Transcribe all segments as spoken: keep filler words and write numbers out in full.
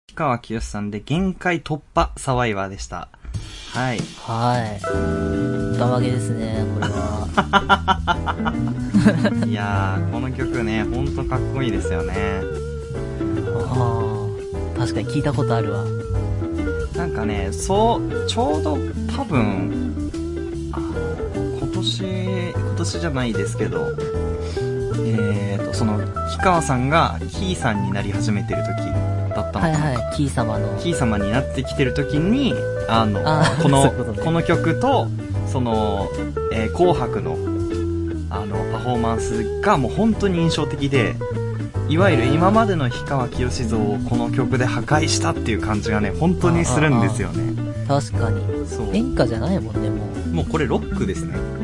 氷川きよしさんで限界突破サバイバーでした。はい。 はい。歌まげですね、これは。 いやー、この曲ね、ほんとかっこいいですよね。 ああ、確かに聞いたことあるわ。 なんかね、そう、ちょうど多分、あの、今年、今年じゃないですけど、えーと、その、氷川さんがキーさんになり始めてる時だったのかな。 はいはい、キー様の。 キー様になってきてる時に、あの、 あこの、 こね、 この曲と、その、えー、紅白の、あの、パフォーマンスがもう本当に印象的で、いわゆる今までの氷川きよし像をこの曲で破壊したっていう感じがね、本当にするんですよね。 あああ確かに。そう。演歌じゃないもんね、もう。 もうこれロックですね。うん。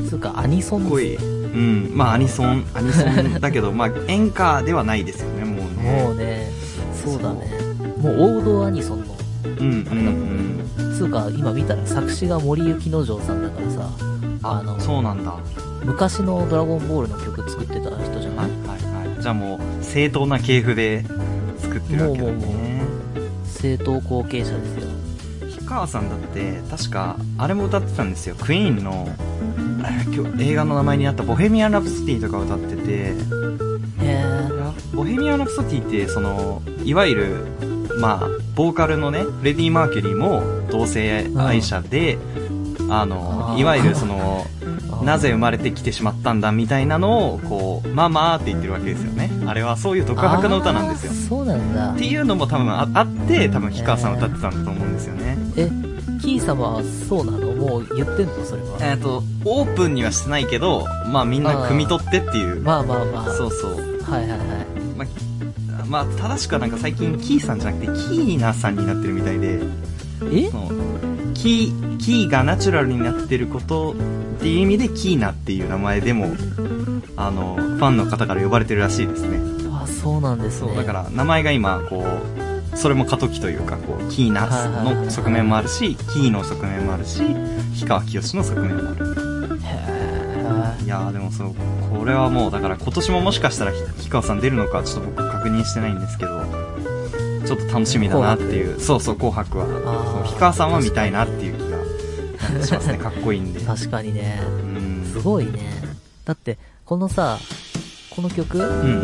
つうか、アニソンですね。かっこいい。うん。まあアニソン、アニソンだけど、まあ演歌ではないですよね、もうね。 もうね、そうだね。もう王道アニソンの。 うんうんうん。つうか、今見たら作詞が森雪之丞さんだからさ。 あの、そうなんだ。 昔のドラゴンボールの曲作ってた人じゃない？ はいはいはい。じゃあもう、正当な系譜で作ってるわけだね。もうもうもう正当後継者ですよ。 氷川さんだって、確か、あれも歌ってたんですよ。クイーンの、今日映画の名前になったボヘミアン・ラプソディとか歌ってて、 へー。 ボヘミアン・ラプソディって、その、いわゆる、まあ、ボーカルのね、フレディ・マーキュリーも同性愛者で、うん、あの、あいわゆるその、なぜ生まれてきてしまったんだみたいなのを、こう、ママーって言ってるわけですよね。あれはそういう独白の歌なんですよ。 そうなんだ。 っていうのも多分 あ, あって、多分氷川さん歌ってたんだと思うんですよね。 えー、キー様はそうなの？もう言ってんのそれは。 えっと、オープンにはしてないけど、まあみんな汲み取ってっていう。 まあまあまあ。 そうそう。 はいはいはい。 まあ、まあ、正しくはなんか最近キーさんじゃなくてキーナさんになってるみたいで。 え？ そのキー、キーがナチュラルになってることっていう意味でキーナっていう名前でも、あの、ファンの方から呼ばれてるらしいですね。 あ、そうなんですね。 そう、だから名前が今、こう、それも過渡期というか、こう、キーナの側面もあるし、キーの側面もあるし、氷川きよしの側面もある。へー。いやーでもそう、これはもう、だから今年ももしかしたら氷川さん出るのか、ちょっと僕確認してないんですけど、ちょっと楽しみだなっていう。そうそう、紅白は。氷川さんは見たいなっていう気がしますね。かっこいいんで。 確かにね。うん。すごいね。だって、このさ、この曲、うんうんうん、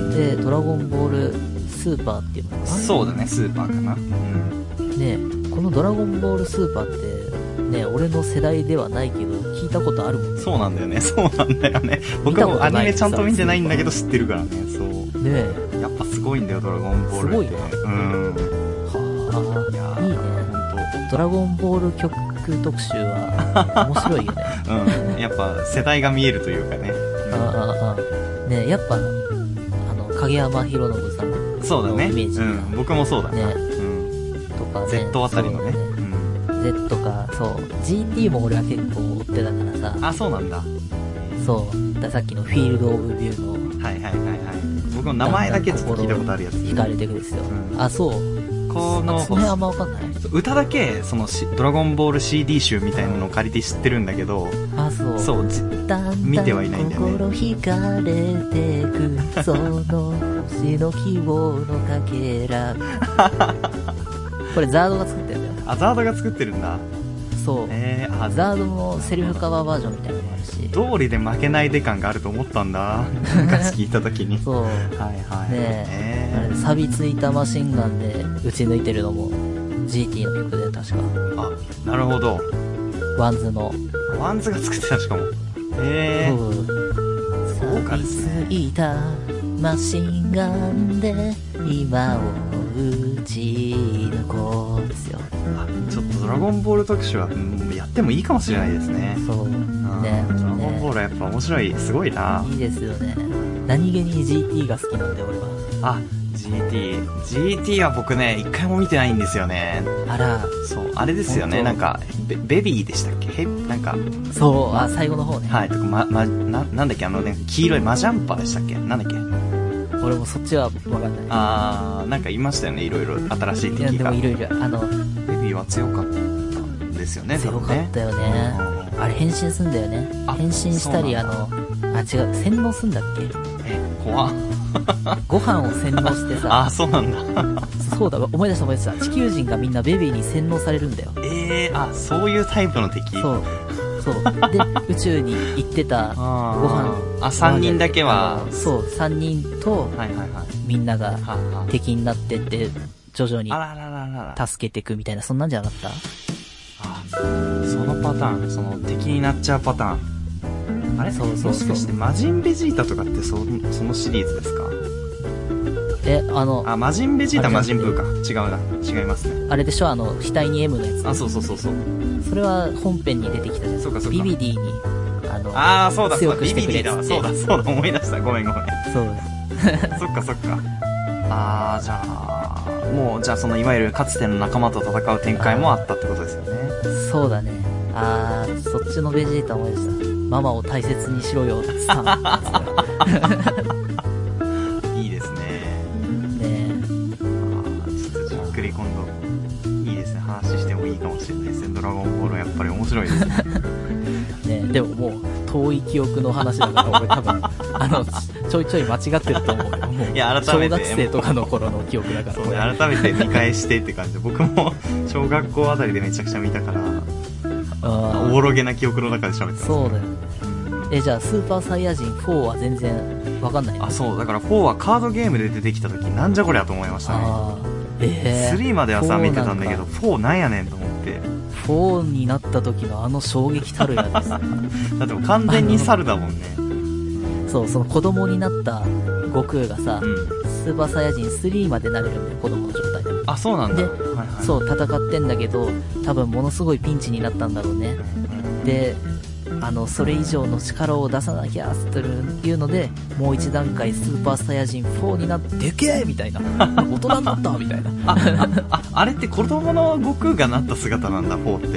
で、ドラゴンボールスーパーっていうのかな？ そうだね、スーパーかな。うん。 ねえ、このドラゴンボールスーパーって、ねえ、俺の世代ではないけど、聞いたことあるもんね。 そうなんだよね、そうなんだよね。僕もアニメちゃんと見てないんだけど知ってるからね、そう。 ねえ。 やっぱすごいんだよ、ドラゴンボールって。 すごいね。 うん。 はあ、いやいいね。ほんと。ドラゴンボール曲特集は、面白いよね。 うん。やっぱ世代が見えるというかね。 ああ、ああ。ねえ、やっぱ、あの、影山博信さんのそうだね。 イメージ。 うん。僕もそうだね。うん。 とかね。 Z あたりのね。 Z か、そう。ジーティー も俺は結構追ってたからさ。 あ、そうなんだ。 そう。ださっきのフィールド・オブ・ビューの。 はいはいはいはい。僕の名前だけちょっと聞いたことあるやつ。 惹かれてくですよ。うん、あ、そう。 この、 それあんまわかんない。 歌だけ、その、ドラゴンボール シーディー 集みたいなのを借りて知ってるんだけど、 あ、そう。 そう、見てはいないんだよね。 心惹かれてく、その星の希望のかけら。これザードが作ってるんだよ。 あ、ザードが作ってるんだ。 そう。えー、あ、ザードのセリフカバーバージョンみたいなのもあるし。 道理で負けないで感があると思ったんだ。昔聞いた時に。 そう。はいはい。 ねえ。えー、あれ、錆びついたマシンガンで打ち抜いてるのも ジーティー の曲で確か。 あ、なるほど。 ワンズの。 ワンズが作ってたしかも。へえー。 そうかですね。錆びついたマシンガンで今を打ち抜こうですよ。 あ、ちょっとドラゴンボール特集はやってもいいかもしれないですね。 そう。ね、 ドラゴンボールはやっぱ面白い、すごいな。 いいですよね。何気に ジーティー が好きなんで俺は。 あ、ジーティー。ジーティー は僕ね、一回も見てないんですよね。 あら。 そう、あれですよね、なんか、ベ, ベビーでしたっけへなんか。 そう、あ、最後の方ね。 はい、とか、ま、ま、な、なんだっけ、あのね、黄色いマジャンパでしたっけなんだっけ俺もそっちはわかんない。 あー、なんかいましたよね、いろいろ新しい敵が。 いや、でもいろいろ、あの、 ベビーは強かったんですよね、 強かったよね。あれ変身すんだよね。変身したり、あの、あ、違う、洗脳すんだっけ？ え、怖っ。 ご飯を洗脳してさ。 あ、そうなんだ。 そうだ、思い出した思い出した。地球人がみんなベビーに洗脳されるんだよ。 えー、あ、そういうタイプの敵。 そう。そう。で、宇宙に行ってたご飯。 あ、さんにんだけは。 そう、さんにんと、 はいはいはい。 みんなが敵になってって、徐々に助けていくみたいな、そんなんじゃなかった？ あ、そのパターン、その敵になっちゃうパターン。あれ？そうそうそう。もしかして魔人ベジータとかってそ、そのシリーズですか？ え、あの、 あ、魔人ベジータ魔人ブーか。違うな。違いますね。 あれでしょ、あの、額に M のやつ。 あ、そうそうそうそう。 それは本編に出てきたじゃん。 そうかそうか。 ビビディに、あの、 あー、そうだそうだ。 強くしてくれっつって。 ビビディだわ。そうだそうだ。思い出した。ごめんごめん。 そうだ。そっかそっか。あー、じゃあ、もう、じゃあその、いわゆるかつての仲間と戦う展開もあったってことですよね。 そうだね。あー、そっちのベジータ思い出した。ママを大切にしろよってさ。 いいですね。 ねえ。 あー、ちょっとじっくり今度、いいですね。話してもいいかもしれないですね。ドラゴンボールはやっぱり面白いですね。 ね、でももう遠い記憶の話だから俺多分あのちょいちょい間違ってると思うよ。もういや改めて小学生とかの頃の記憶だから。 そうね、改めて見返してって感じで僕も小学校あたりでめちゃくちゃ見たからおぼろげな記憶の中で喋ってます、ね、 そうだよね。え、じゃあスーパーサイヤ人フォーは全然わかんない、ね、 あ、そうだからフォーはカードゲームで出てきた時なんじゃこりゃと思いましたね。 あ、えー、 スリーまではさ見てたんだけどフォーなんやねんと思って。 フォーになった時のあの衝撃たるやですだってもう完全に猿だもんね。 そう、その子供になった悟空がさ、うん、スーパーサイヤ人スリーまでなれるんだよ、子供の状態で。 あ、そうなんだ。 で、 はいはい、 そう戦ってんだけど多分ものすごいピンチになったんだろうね。で、あのそれ以上の力を出さなきゃっていうのでもう一段階スーパーサイヤ人フォーになってでけえみたいな大人になったみたいなあ, あ, あ, あれって子供の悟空がなった姿なんだ、フォーって。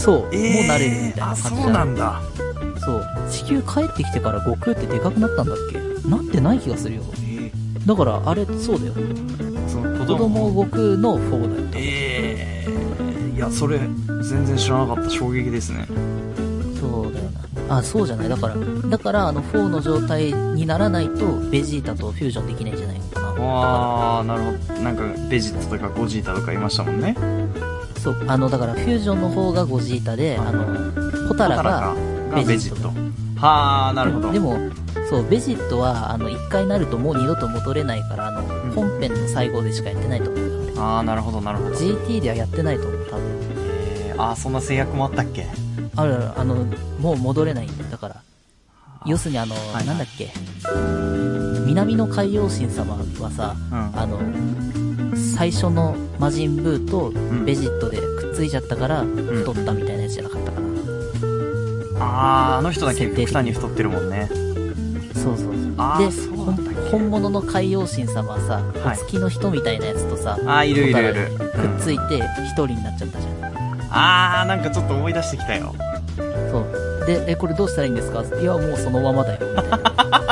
そう、えー、もうなれるみたいな感じ。 あ、そうなんだ。 そう、地球帰ってきてから悟空ってでかくなったんだっけ。なってない気がするよ、えー、だからあれそうだよ、その子供悟空のフォーだよ。 えー、いやそれ全然知らなかった。衝撃ですね。 そうだよな。あ、そうじゃない。だから、だからあのフォーの状態にならないとベジータとフュージョンできないんじゃないのかな。 あー、なるほど。なんかベジータとかゴジータとかいましたもんね。 そう、あのだからフュージョンの方がゴジータで、あのポタラがベジット。 はー、なるほど。 でも、そう、ベジットはあの一回なるともう二度と戻れないから、あの、うん、本編の最後でしかやってないと思う。 あー、なるほどなるほど。 ジーティー ではやってないと思う、多分。 えー、あー、そんな制約もあったっけ。 あるある、あのもう戻れないんだよ。だから要するにあの、はいはい、なんだっけ、南の海洋神様はさ、うん、あの最初の魔人ブーとベジットでくっついちゃったから太ったみたいなやつじゃなかったかな、うん、 あー、あの人だけ極端に太ってるもんね。 そうそうそう。で、本物の海洋神様はさ、はい、月の人みたいなやつとさ、 あー、いるいるいる、 くっついて一人になっちゃったじゃん、うん、 あー、なんかちょっと思い出してきたよ。 そうで、え、これどうしたらいいんですか。いや、もうそのままだよみたいな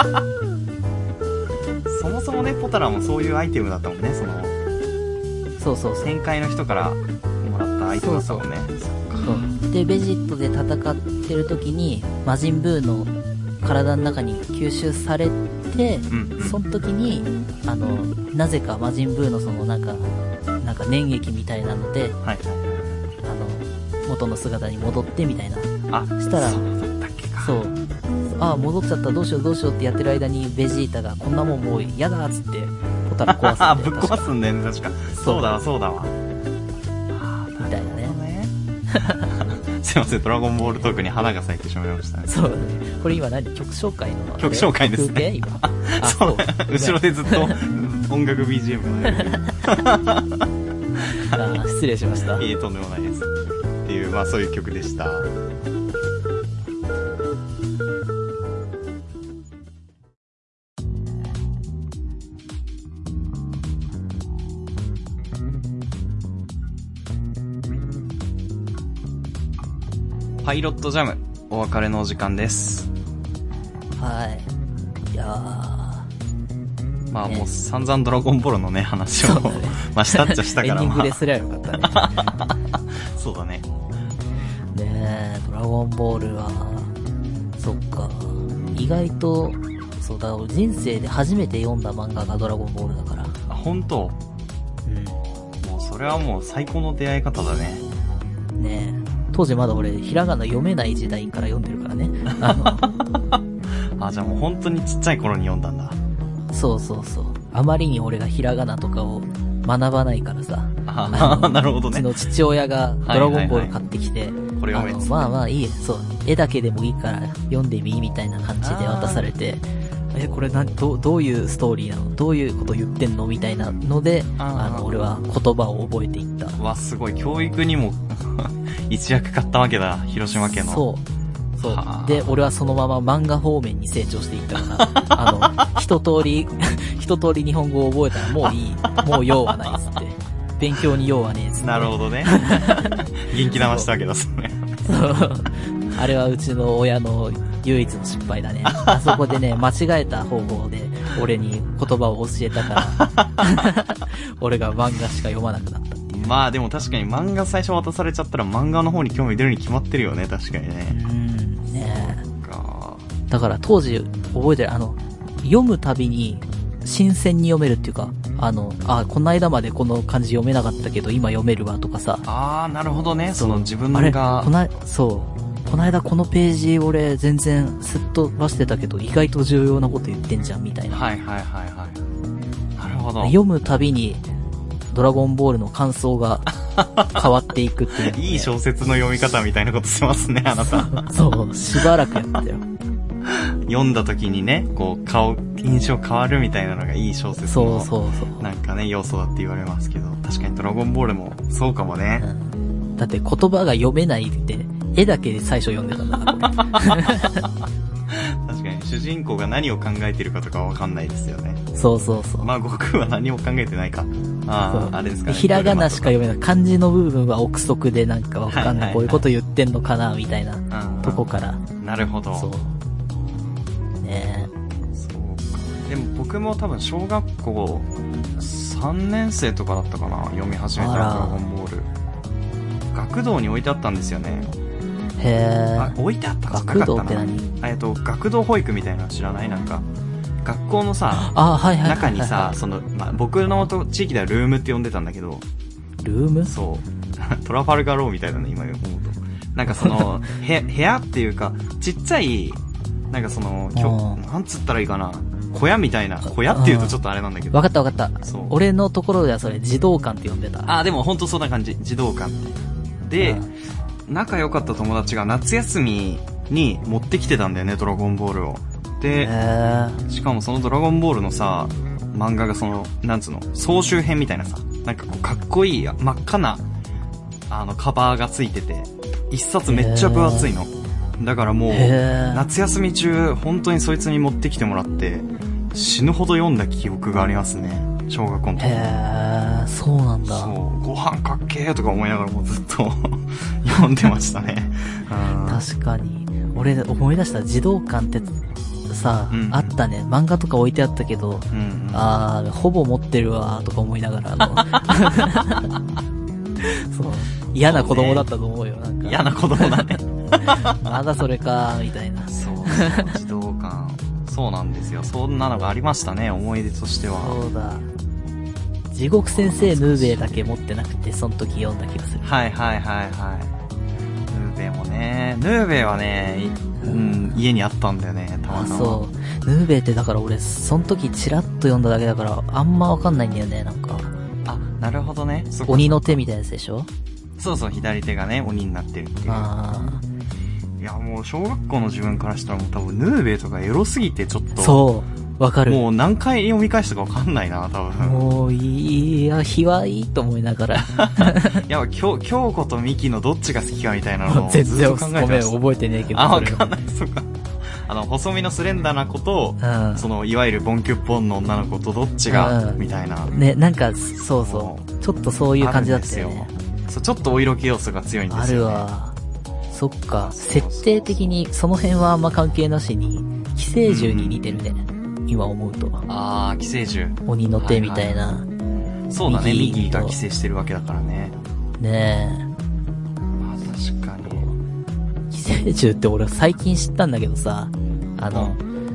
そもそもね、ポタラもそういうアイテムだったもんね。そのそうそうそう、 旋回の人からもらったアイテムだったもんね。そうそうそう。で、ベジットで戦ってる時に魔人ブーの体の中に吸収されて、うんうん、その時にあのなぜか魔人ブーのそのなんかなんか粘液みたいなので、はいはいはい、あの元の姿に戻ってみたいな。あ、したら、そうだったっけか。そう。ああ、戻っちゃった、どうしようどうしようってやってる間にベジータがこんなもんもう嫌だっつってポタラ壊すんだよ。 ぶっ壊すんだよね、確か。そうだわ、そうだわ。 みたいなね。 すいません、ドラゴンボールトークに花が咲いてしまいましたね。 そうだね。これ今何、曲紹介の曲紹介ですね。今。あ、そう。後ろでずっと音楽 ビージーエム が流れてる。 あ、失礼しました。 いいえ、とんでもないです。っていう、まあそういう曲でした。パイロットジャム、お別れのお時間です。 はい。いやー。 まあ、ね、もう散々ドラゴンボールのね、話を、ね、まあしたっちゃしたから、まあ。 エンディングですりゃよかったね。 そうだね。 ねえ、ドラゴンボールは、そっか。意外と、そうだ、人生で初めて読んだ漫画がドラゴンボールだから。 あ、本当？ うん。もうそれはもう最高の出会い方だね。 ねえ。当時まだ俺、ひらがな読めない時代から読んでるからね。あのあ、じゃあもう本当にちっちゃい頃に読んだんだ。 そうそうそう。あまりに俺がひらがなとかを学ばないからさ。 ああ、なるほどね。 うちの父親がドラゴンボール買ってきて、はいはいはい、 これ読めっつって、 まあまあいい、そう、絵だけでもいいから読んでみみたいな感じで渡されて、え、これな、ど、どういうストーリーなの？どういうこと言ってんのみたいなので、あの、俺は言葉を覚えていった。 わ、すごい。教育にも一役買ったわけだ。広島県の。 そう。そう。で、俺はそのまま漫画方面に成長していったから、あの、一通り、一通り日本語を覚えたらもういい。もう用はないっつって。勉強に用はねえっつって。 なるほどね。元気玉したわけだ、それ。 そう。あれはうちの親の唯一の失敗だね。あそこでね、間違えた方法で俺に言葉を教えたから、俺が漫画しか読まなくなったっていう。 まあでも確かに漫画最初渡されちゃったら漫画の方に興味出るに決まってるよね、確かにね。 うん、ねえ。だから当時覚えてる、あの、読むたびに新鮮に読めるっていうか、あの、あ、この間までこの漢字読めなかったけど今読めるわとかさ。 あー、なるほどね。その自分が。 あれ、こない、そう。この間このページ俺全然すっ飛ばしてたけど意外と重要なこと言ってんじゃんみたいな。 はいはいはいはい。なるほど。 読むたびにドラゴンボールの感想が変わっていくっていう、ね。 いい小説の読み方みたいなことしますね、あなた。 そう、しばらくやったよ。 読んだ時にね、こう顔、印象変わるみたいなのがいい小説の。 そうそうそう。 なんかね、要素だって言われますけど、確かにドラゴンボールもそうかもね。 うん、だって言葉が読めないって、絵だけで最初読んでたんだから確かに主人公が何を考えてるかとかわかんないですよね。 そうそうそう。 まあ悟空は何も考えてないか。ああ、あれですかね。 ひらがなしか読めない。漢字の部分は憶測でなんかわかんない、はいはいはい。こういうこと言ってんのかなみたいなとこから。 なるほど。 そう。ねえ。 そうか。でも僕も多分小学校さんねん生とかだったかな。読み始めたドラゴンボール。学童に置いてあったんですよね。 へー。置いてあったんじゃなかったな。 学童って何？ えっと、学童保育みたいなの知らない？なんか、学校のさ、 あ、はいはいはいはい、 中にさ、その、まあ、僕の地域ではルームって呼んでたんだけど、 ルーム？ そう。トラファルガーローみたいだね、今思うと。なんかその、へ、部屋っていうか、ちっちゃい、なんかその、きょなんつったらいいかな。小屋みたいな。小屋って言うとちょっとあれなんだけど。 わかったわかった。そう。俺のところではそれ、児童館って呼んでた。 あ、でもほんとそんな感じ。児童館って。で、仲良かった友達が夏休みに持ってきてたんだよね、ドラゴンボールを。で、しかもそのドラゴンボールのさ、漫画がその、なんつうの、総集編みたいなさ、なんかこうかっこいい、真っ赤な、あの、カバーがついてて、一冊めっちゃ分厚いの。だからもう、夏休み中、本当にそいつに持ってきてもらって、死ぬほど読んだ記憶がありますね。小学校の時。 へー、そうなんだ。 そう、ご飯かっけーとか思いながらもうずっと読んでましたね。 確かに。俺思い出した児童館ってさ、うんうん、あったね。漫画とか置いてあったけど、うんうん、あー、ほぼ持ってるわーとか思いながら、あのそう、嫌な子供だったと思うよ。なんか嫌な子供だね。 まだそれかーみたいな。 そう、児童館。そうなんですよ。そんなのがありましたね、思い出としては。 そうだ。地獄先生ヌーベイだけ持ってなくて、その時読んだ気がする。 はいはいはいはい。ヌーベイもね、ヌーベイはね、うん、家にあったんだよね、たまたま。 あ、そう。ヌーベイってだから俺、その時チラッと読んだだけだから、あんまわかんないんだよね、なんか。 あ、なるほどね。 そこ鬼の手みたいなやつでしょ？ そうそう、左手がね、鬼になってるっていう。あいや、もう小学校の自分からしたらもう多分ヌーベイとかエロすぎてちょっと。 そう。わかる。 もう何回読み返したかわかんないな、多分。 もういいや、日はいいと思いながら。いや、京子とミキのどっちが好きかみたいなのをずっと考えてました。 全然ごめん、覚えてねえけど。 あ、わかんない、そうか。あの、細身のスレンダーな子と、うん、その、いわゆるボンキュッポンの女の子とどっちが、うん、みたいな。 ね、なんか、そうそう。ちょっとそういう感じだったよね。 そう、ちょっとお色気要素が強いんですよ、ね。 あるわ。そっか。設定的に、その辺はあんま関係なしに、寄生獣に似てるね。うん、今思うと。 あー、寄生獣。 鬼の手みたいな。はいはい、 そうだね、ミギーが寄生してるわけだからね。 ねえ。 まあ確かに。 寄生獣って俺最近知ったんだけどさ、あの、うん、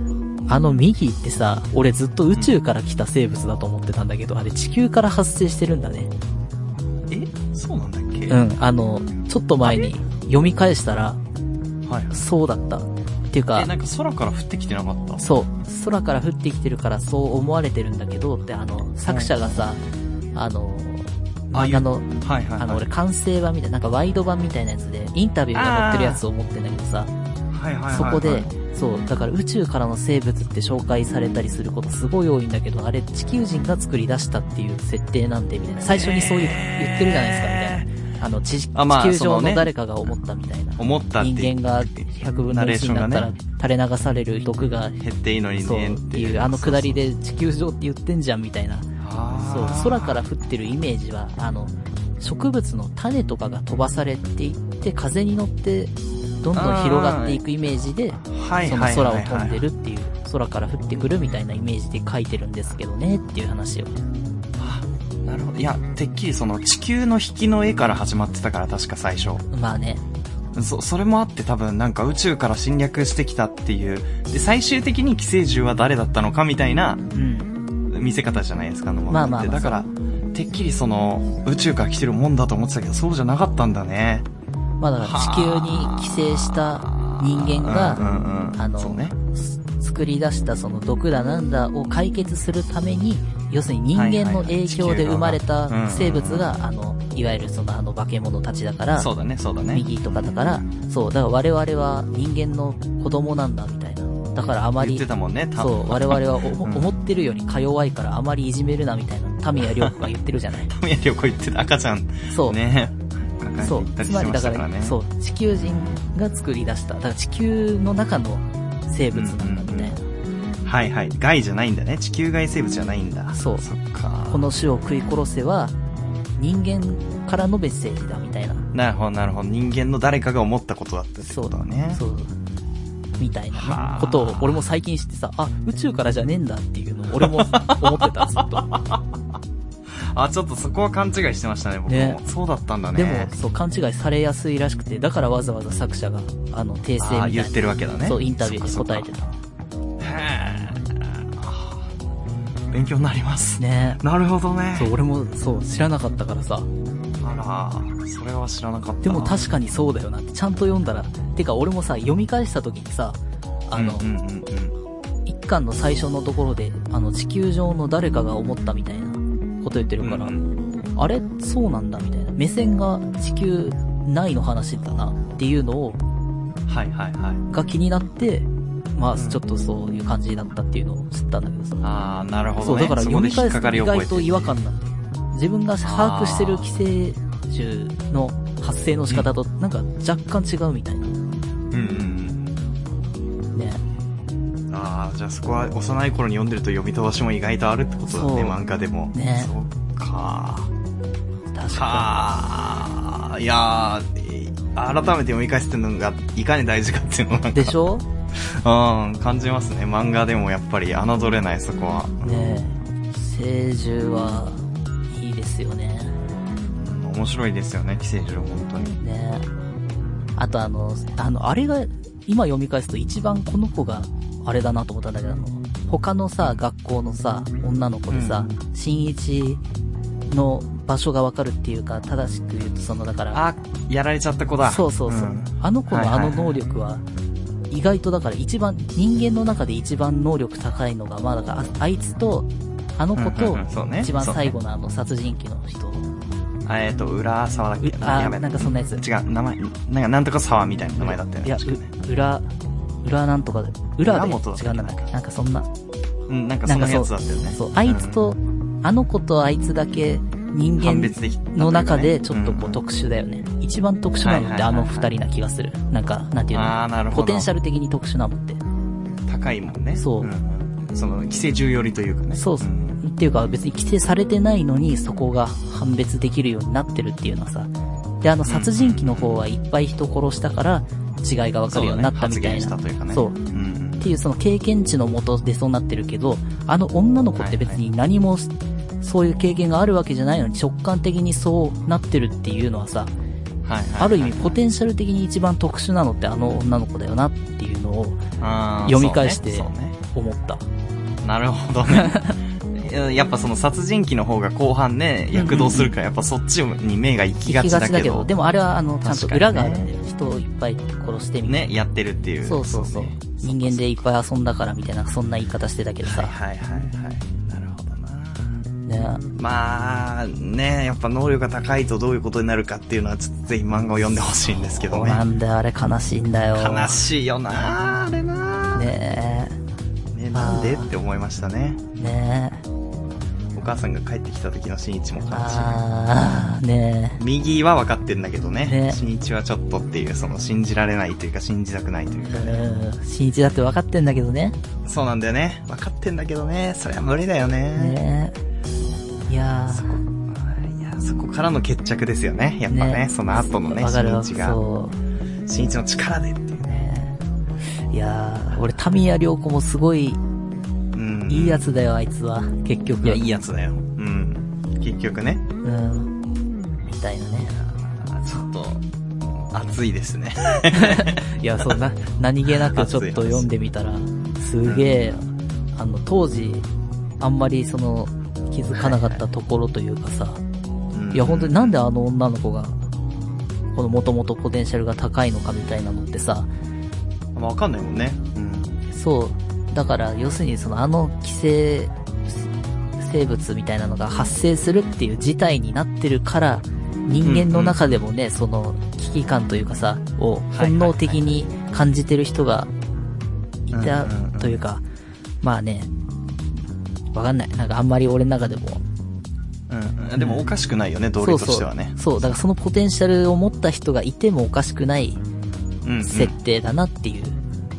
あのミギーってさ、俺ずっと宇宙から来た生物だと思ってたんだけど、あれ地球から発生してるんだね。 え、そうなんだっけ？ うん、あの、ちょっと前に読み返したら、 はい、 そうだった。っていうか、 え、なんか空から降ってきてなかった？ そう。空から降ってきてるからそう思われてるんだけど、ってあの、作者がさ、うん、あの、漫画の、はいはいはい、あの、俺完成版みたいな、なんかワイド版みたいなやつで、インタビューが載ってるやつを持ってんだけどさ、 はいはいはいはい、 そこで、そう、だから宇宙からの生物って紹介されたりすることすごい多いんだけど、あれ地球人が作り出したっていう設定なんで、みたいな。最初にそういう言ってるじゃないですか、みたいな。あの、地, あ、まあ、地球上の誰かが思ったみたいな。 ね、思ったって人間がひゃくぶんのいちになったら垂れ流される毒が減っていいのにね。 そうっていう、あのくだりで地球上って言ってんじゃんみたいな。そう、空から降ってるイメージは、あの、植物の種とかが飛ばされていって、風に乗って、どんどん広がっていくイメージで、その空を飛んでるっていう、空から降ってくるみたいなイメージで書いてるんですけどねっていう話を。 なるほど。いや、てっきりその地球の引きの絵から始まってたから確か最初。 まあね。 そ、それもあって多分なんか宇宙から侵略してきたっていう。で、最終的に寄生獣は誰だったのかみたいな、見せ方じゃないですか、あのままって。 まあまあまあ、だから、てっきりその、宇宙から来てるもんだと思ってたけど、そうじゃなかったんだね。 まあだから地球に寄生した人間が、 うんうんうん、 あの、 そうね、 作り出したその毒だなんだを解決するために、要するに人間の影響で生まれた生物が、あの、いわゆるそのあの化け物たちだから、 そうだね、そうだね。 ミギーとかだから、そう、だから我々は人間の子供なんだみたいな。だからあまり、 言ってたもんね、多分。 そう、我々はお、うん、思ってるよりか弱いからあまりいじめるなみたいな、タミヤリョウコが言ってるじゃない。 タミヤリョウコ言ってた、赤ちゃん。 そう。 ね。 そう、つまりだから、ね、そう、地球人が作り出した、だから地球の中の生物なんだみたいな。うんうん、はいはい。外じゃないんだね。地球外生物じゃないんだ。 そう。 そっか。 この種を食い殺せは、人間からのメッセージだみたいな。 なるほどなるほど。人間の誰かが思ったことだったってことだね。 そう。そう。みたいな、ね、ことを俺も最近知ってさ、あ、宇宙からじゃねえんだっていうのを俺も思ってた、ずっと。 あ、ちょっとそこは勘違いしてましたね、僕も。ね、そうだったんだね。 でも、そう、勘違いされやすいらしくて、だからわざわざ作者が、あの、訂正みたいな。 言ってるわけだね。 そう、インタビューで答えてた。 へー。勉強になります。 ね。 なるほどね。 そう、俺も、そう、知らなかったからさ。 あら、それは知らなかった。 でも確かにそうだよなって、ちゃんと読んだら。てか、俺もさ、読み返した時にさ、あの、うんうんうんうん、一巻の最初のところで、あの、地球上の誰かが思ったみたいなこと言ってるから、うん、あれそうなんだみたいな。目線が地球内の話だなっていうのを、 はいはいはい。 が気になって、まあ、ちょっとそういう感じだったっていうのを知ったんだけどさ。 あー、なるほどね。 そう、だから読み返すと意外と違和感なんで。自分が把握してる寄生獣の発生の仕方と、なんか若干違うみたいな。うんうんうん。ね。ああ、じゃあそこは幼い頃に読んでると読み飛ばしも意外とあるってことだね、漫画でも。 ね。 そっか。 確かに。いやー、改めて読み返すっていうのがいかに大事かっていうのをなんか。 でしょ？ うん、感じますね。漫画でもやっぱり侮れない、そこは。 ねえ。寄生獣はいいですよね。 うん、面白いですよね、寄生獣、本当に。 ねえ。あとあの、あの、あれが、今読み返すと一番この子が、あれだなと思ったんだけど、あの、他のさ、学校のさ、女の子でさ、うん、新一の場所がわかるっていうか、正しく言うとその、だから。 あ、やられちゃった子だ。 そうそうそう。うん、あの子のあの能力は、意外とだから一番、人間の中で一番能力高いのが、まあだから、あ, あいつと、あの子と、一番最後のあの殺人鬼の人。 えっと、浦沢だっけ？ あ、なんかそんなやつ。 違う、名前、なんかなんとか沢みたいな名前だったよね。 いや、う、裏、裏なんとかで、裏で、違うなんだっけ？なんかそんな。 うん、なんかそんなやつだったよね。 そう、あいつと、あの子とあいつだけ人間の中でちょっとこう特殊だよね。一番特殊なのってあの二人な気がする。なんか、なんていうの？ あー、なるほど。 ポテンシャル的に特殊なのって。 高いもんね。 そう。 その、寄生獣寄りというかね。 そうそう。っていうか別に規制されてないのにそこが判別できるようになってるっていうのはさ。で、あの殺人鬼の方はいっぱい人殺したから違いがわかるようになったみたいな。 そう、ね、発言したというかね。 そう。うん、っていうその経験値のもとでそうなってるけど、あの女の子って別に何もそういう経験があるわけじゃないのに直感的にそうなってるっていうのはさ、はいはいはいはい、ある意味ポテンシャル的に一番特殊なのってあの女の子だよなっていうのを読み返して、 そうねそうね思った。 なるほどね。やっぱその殺人鬼の方が後半ね、躍動するから、やっぱそっちに目が行きがちだけど。行きがちだけど、 でもあれはあの、ちゃんと裏があるんだよ。人をいっぱい殺してみたいな。 ね、やってるっていう。 そうそうそう。人間でいっぱい遊んだからみたいな、そんな言い方してたけどさ。 はいはいはいはい。なるほどな。 ね、 まあ、ね、やっぱ能力が高いとどういうことになるかっていうのは、ちょっとぜひ漫画を読んでほしいんですけどね。 そうなんだよ、あれ悲しいんだよ。 悲しいよな、あれな。 ねえ。ね、なんでって思いましたね。 ねえ。 お母さんが帰ってきた時の新一も悲しい。 あー、ねえ。 右は分かってんだけどね。 ね、 新一はちょっとっていう、その信じられないというか信じたくないというかね。 うん。新一だって分かってんだけどね。 そうなんだよね。分かってんだけどね。それは無理だよね。 ねえ。いやー。 そこ、いや、そこからの決着ですよね。やっぱね、ねその後のね、新一が。そう。新一の力でっていうね。 いやー、俺、タミヤ涼子もすごい、いいやつだよ、あいつは。結局。 いや、いいやつだよ。うん。結局ね。 うん。みたいなね。 ちょっと、熱いですね。 いや、そうな、何気なくちょっと読んでみたら、すげえ、うん、あの、当時、あんまりその、気づかなかったところというかさ、いや、本当になんであの女の子が、この元々ポテンシャルが高いのかみたいなのってさ、 わかんないもんね。うん。 そう。だから、要するにそのあの寄生生物みたいなのが発生するっていう事態になってるから、人間の中でもね、うんうん、その危機感というかさ、を本能的に感じてる人がいたというか、まあね、わかんない。なんかあんまり俺の中でも。 うん、でもおかしくないよね、道理としてはね。 そうそう。そう、だからそのポテンシャルを持った人がいてもおかしくない設定だなっていう。うんうん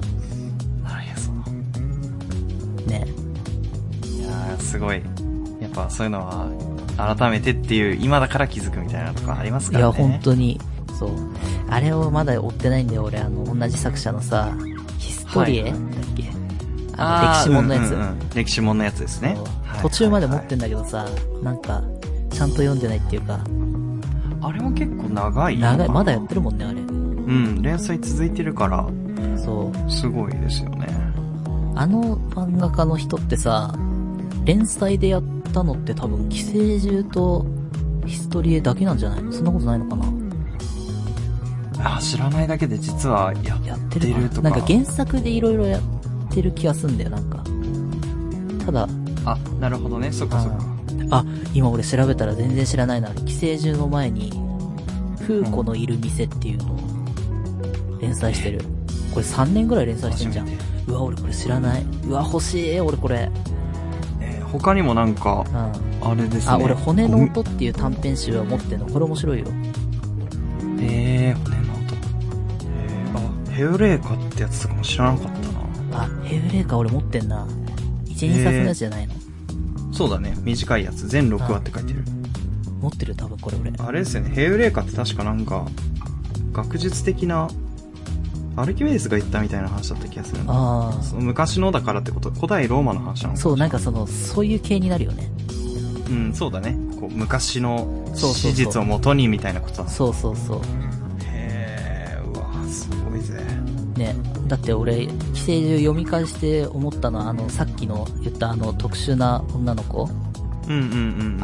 ね、 いやーすごいやっぱそういうのは改めてっていう今だから気づくみたいなとかありますからね。 いや本当にそう。あれをまだ追ってないんだよ俺。あの同じ作者のさヒストリエ、はい、だっけ、あの歴史本のやつ、うんうんうん、 歴史本のやつですね。 途中まで持ってんだけどさ、はいはいはい、なんかちゃんと読んでないっていうか。 あれも結構長い長い、まだやってるもんねあれ。 うん連載続いてるからそうすごいですよね。 あの漫画家の人ってさ、連載でやったのって多分寄生獣とヒストリエだけなんじゃないの？そんなことないのかな？ あ、知らないだけで実はやってるとか。 なんか原作でいろいろやってる気がすんだよ、なんか。ただ。 あ、なるほどね、そっかそっか。 あ、今俺調べたら全然知らないな。寄生獣の前に、フーコのいる店っていうのを連載してる。これさんねんぐらい連載してんじゃん。うわ、俺これ知らない。うわ、欲しい、俺これ。 えー、他にもなんか、うん、あれですね。 あ、俺骨の音っていう短編集を持ってんの。これ面白いよ。 えー、骨の音。えー、あ、ヘウレーカってやつとかも知らなかったな。 あ、ヘウレーカ俺持ってんな。いち、にさつのやつじゃないの、 えー、そうだね。短いやつ。全ろくわって書いてる。 持ってる多分これ俺。 あれですよね。ヘウレーカって確かなんか、学術的な、アルキメデスが言ったみたいな話だった気がする。ああ。その昔のだからってこと、古代ローマの話なのか。 そう、なんかその、そういう系になるよね。 うん、そうだね。こう、昔の史実をもとにみたいなことだ。 そうそうそう。 へー、うわ、すごいぜ。 ね、だって俺、寄生獣読み返して思ったのは、あの、さっきの言ったあの、特殊な女の子。 うんうんうん。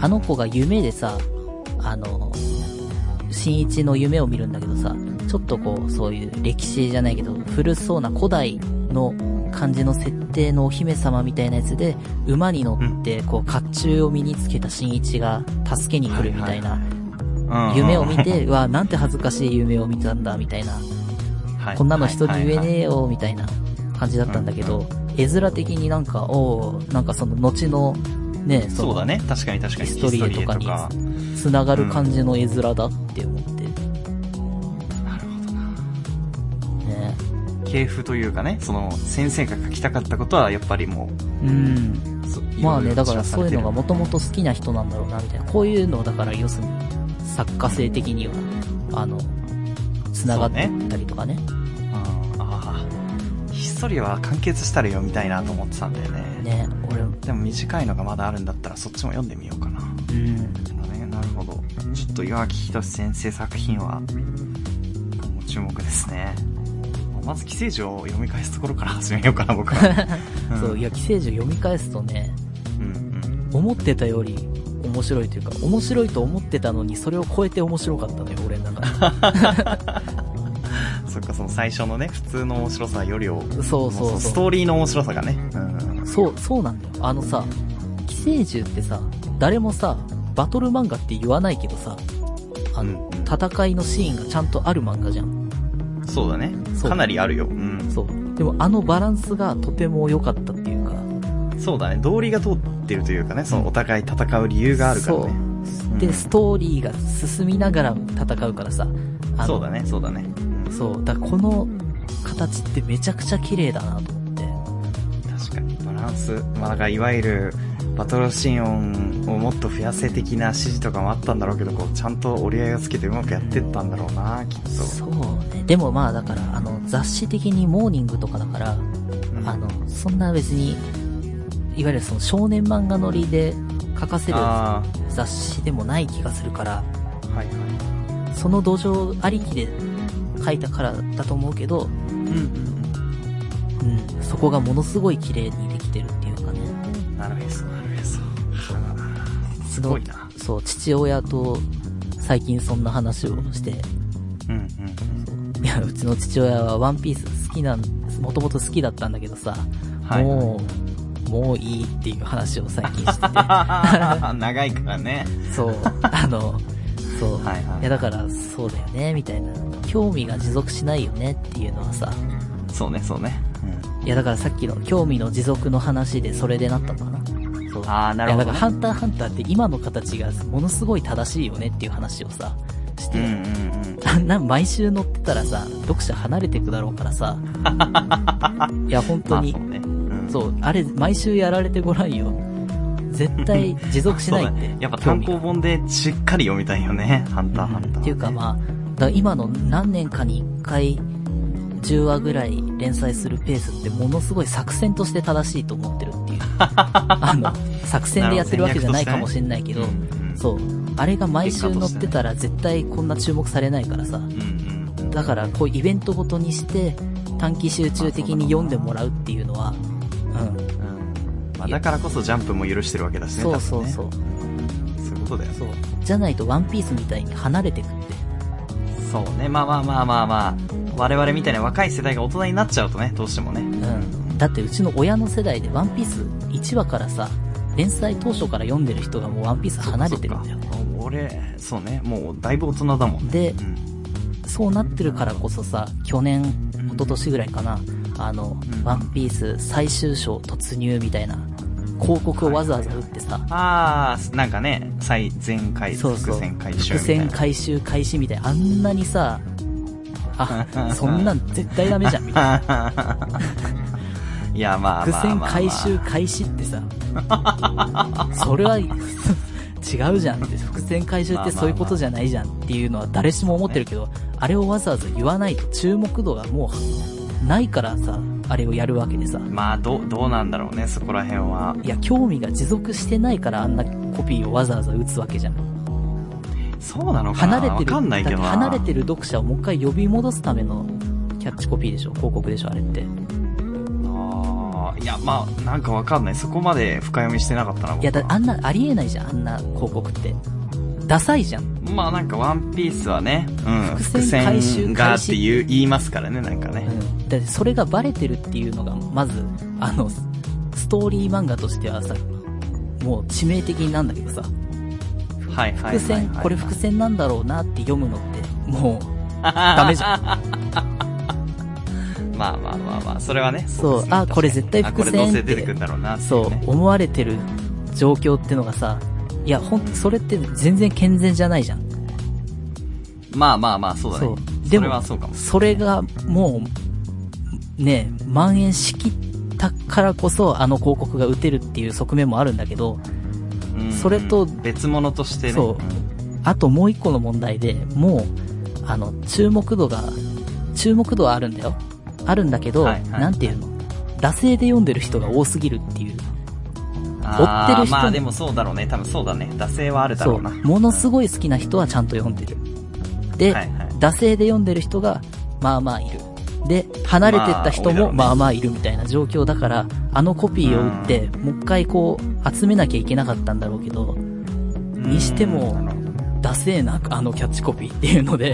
あの子が夢でさ、あの、新一の夢を見るんだけどさ、ちょっとこう、そういう歴史じゃないけど、古そうな古代の感じの設定のお姫様みたいなやつで、馬に乗って、こう、甲冑を身につけた新一が助けに来るみたいな、夢を見て、うわ、なんて恥ずかしい夢を見たんだ、みたいな。こんなの人に言えねえよ、みたいな感じだったんだけど、絵面的になんか、おー、なんかその後の、ね、そそうだね、確かに確かに。 ヒストリエとかに繋がる感じの絵面だって思って。 系譜というかね、その先生が書きたかったことはやっぱりもう、 うん、まあね、だからそういうのがもともと好きな人なんだろうなみたいな。こういうのだから要するに作家性的にはあの繋がってたりとかね。 ね、ああ、ヒストリーは完結したら読みたいなと思ってたんだよね。 ね、俺でも短いのがまだあるんだったらそっちも読んでみようかな。 うん。 ね、なるほど。ちょっと岩木仁先生作品は注目ですね。面まず寄生獣を読み返すところから始めようかな、僕は。 うん、そう、いや、寄生獣読み返すとね、うんうん、思ってたより面白いというか、面白いと思ってたのに、それを超えて面白かったのよ、俺の中で。 そっか、その最初のね、普通の面白さよりを、 そうそうそう。 ストーリーの面白さがね。 うん、そう、そうなんだよ。あのさ、寄生獣ってさ、誰もさ、バトル漫画って言わないけどさ、あの、うん、戦いのシーンがちゃんとある漫画じゃん。 そうだね。かなりあるよ。うん。 そう。でもあのバランスがとても良かったっていうか。 そうだね。道理が通ってるというかね、そのお互い戦う理由があるからね。そう。 で、うん、ストーリーが進みながら戦うからさ。 そうだね、そうだね。 そう。だからこの形ってめちゃくちゃ綺麗だなと思って。 確かに。バランス。まあ、だからいわゆる、バトルシーンをもっと増やせ的な指示とかもあったんだろうけど、こうちゃんと折り合いをつけてうまくやってったんだろうな、きっと。 そうね。でもまあだから、あの、雑誌的にモーニングとかだから、うん、あの、そんな別に、いわゆるその少年漫画乗りで書かせる雑誌でもない気がするから、はいはい。その土壌ありきで書いたからだと思うけど、うんうんうん。うん、そこがものすごい綺麗にできてるっていうかね。 なるへそ。すごいな。 そう、父親と最近そんな話をして、うんうんうん。いや、うちの父親はワンピース好きなん、もともと好きだったんだけどさ、はい、もう、もういいっていう話を最近してて。 長いからね。 そう、あの、そう、はいはい。いやだから、そうだよね、みたいな。興味が持続しないよねっていうのはさ。 そうね、そうね。 うん、いやだからさっきの興味の持続の話でそれでなったのかな。 ああ、なるほど、ね。 いや、だからハンターハンターって今の形がものすごい正しいよねっていう話をさ、して、うんうんうん、な毎週載ってたらさ、読者離れてくだろうからさ、いや、本当に、まあそうね、うん、そう、あれ、毎週やられてごらんよ。絶対持続しないって。ね、 やっぱ単行本でしっかり読みたいよね、ハンターハンター、ね。 っていうかまあ、だから今の何年かにいっかい、じゅうわぐらい連載するペースってものすごい作戦として正しいと思ってるっていう。あの、作戦でやってるわけじゃないかもしれないけど、そう。あれが毎週載ってたら絶対こんな注目されないからさ。だからこうイベントごとにして短期集中的に読んでもらうっていうのは、うん。うんまあ、だからこそジャンプも許してるわけだしね。 そうそうそう。 ね、そういうことだよね。そう。 じゃないとワンピースみたいに離れてくって。 そうね。まあまあまあまあまあ。我々みたいな若い世代が大人になっちゃうとね、どうしてもね。うん。 だってうちの親の世代でワンピースいちわからさ、連載当初から読んでる人がもうワンピース離れてるんだよ。 俺、そうね、もうだいぶ大人だもんね。 で、うん、そうなってるからこそさ、去年、一昨年ぐらいかな、あの、うん、ワンピース最終章突入みたいな広告をわざわざ打ってさ。 はい、あー、なんかね、最前回、伏線回収みたいな。 伏線回収開始みたいな。あんなにさ、あ、そんなん絶対ダメじゃん、みたいな。 いや、まあまあまあ、まあ。 伏線回収開始ってさ、それは違うじゃんって、伏線回収ってそういうことじゃないじゃんっていうのは誰しも思ってるけど、あれをわざわざ言わないと注目度がもうないからさ、あれをやるわけでさ。 まあ、ど、どうなんだろうね、そこら辺は。 いや、興味が持続してないからあんなコピーをわざわざ打つわけじゃん。 そうなのかな、離れてる、わかんないけどな。 離れてる読者をもう一回呼び戻すためのキャッチコピーでしょ、広告でしょ、あれって。 ああ、いや、まあ、なんかわかんない。そこまで深読みしてなかったな、僕は。 いや、だあんな、ありえないじゃん、あんな広告って。ダサいじゃん。 まあなんかワンピースはね、うん、伏線回収がって言う、言いますからね、なんかね。 うん。だってそれがバレてるっていうのが、まず、あの、ストーリー漫画としてはさ、もう致命的なんだけどさ。 はいはいはいはいはい、 伏線、これ伏線なんだろうなって読むのって、もう、ダメじゃん。 まあまあまあまあ、それはね。 そう、あ、これ絶対伏線って。 これどうせ出てくるんだろうなって、ね。 そう、思われてる状況ってのがさ、いや、ほん、それって全然健全じゃないじゃん。 まあまあまあ、そうだね。そう。でも、それはそうかも。 それが、もう、ね、蔓延しきったからこそ、あの広告が打てるっていう側面もあるんだけど、それと別物としてね。 そう。あともう一個の問題で、もう、あの、注目度が、注目度はあるんだよ。あるんだけど、はいはい、なんていうの、惰性で読んでる人が多すぎるっていう。追ってる人。 まあでもそうだろうね。多分そうだね。惰性はあるだろうな。 そう。ものすごい好きな人はちゃんと読んでる。で、はいはい、惰性で読んでる人が、まあまあいる。 で、離れてった人もまあまあいるみたいな状況だから、あのコピーを打って、もう一回こう、集めなきゃいけなかったんだろうけど、にしても、ダセーな、あのキャッチコピーっていうので。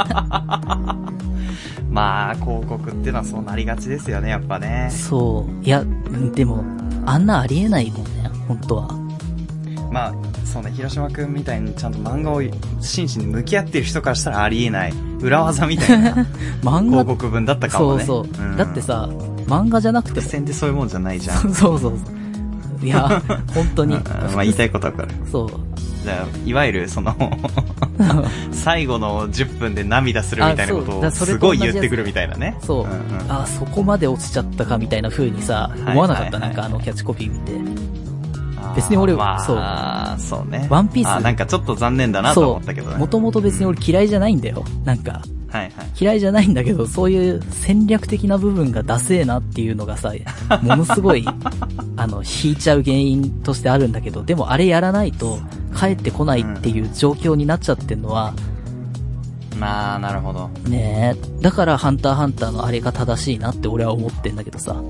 まあ、広告ってのはそうなりがちですよね、やっぱね。 そう。いや、でも、あんなありえないもんね、本当は。 まあ、そうね、広島くんみたいにちゃんと漫画を真摯に向き合ってる人からしたらありえない裏技みたいな漫画広告文だったかもね。 そうそう、うん。だってさ、漫画じゃなくても。 付箋ってそういうもんじゃないじゃん。 そうそうそう。いや、本当に。 まあ言いたいことはわかる。 そう。 じゃあ、いわゆるその、最後のじゅっぷんで涙するみたいなことをすごい言ってくるみたいなね。 そう。うんうん、あ、そこまで落ちちゃったかみたいな風にさ、思わなかった、なんかあのキャッチコピー見て。別に俺、 まあ、 そう。そうね。 ワンピース。 あ、なんかちょっと残念だなと思ったけどね。 もともと別に俺嫌いじゃないんだよ。なんか。 はいはい。 嫌いじゃないんだけど、そういう戦略的な部分がダセーなっていうのがさ、ものすごい、あの、引いちゃう原因としてあるんだけど、でもあれやらないと帰ってこないっていう状況になっちゃってんのは、 うん、まあ、なるほど。 ねえ。だからハンターハンターのあれが正しいなって俺は思ってんだけどさ。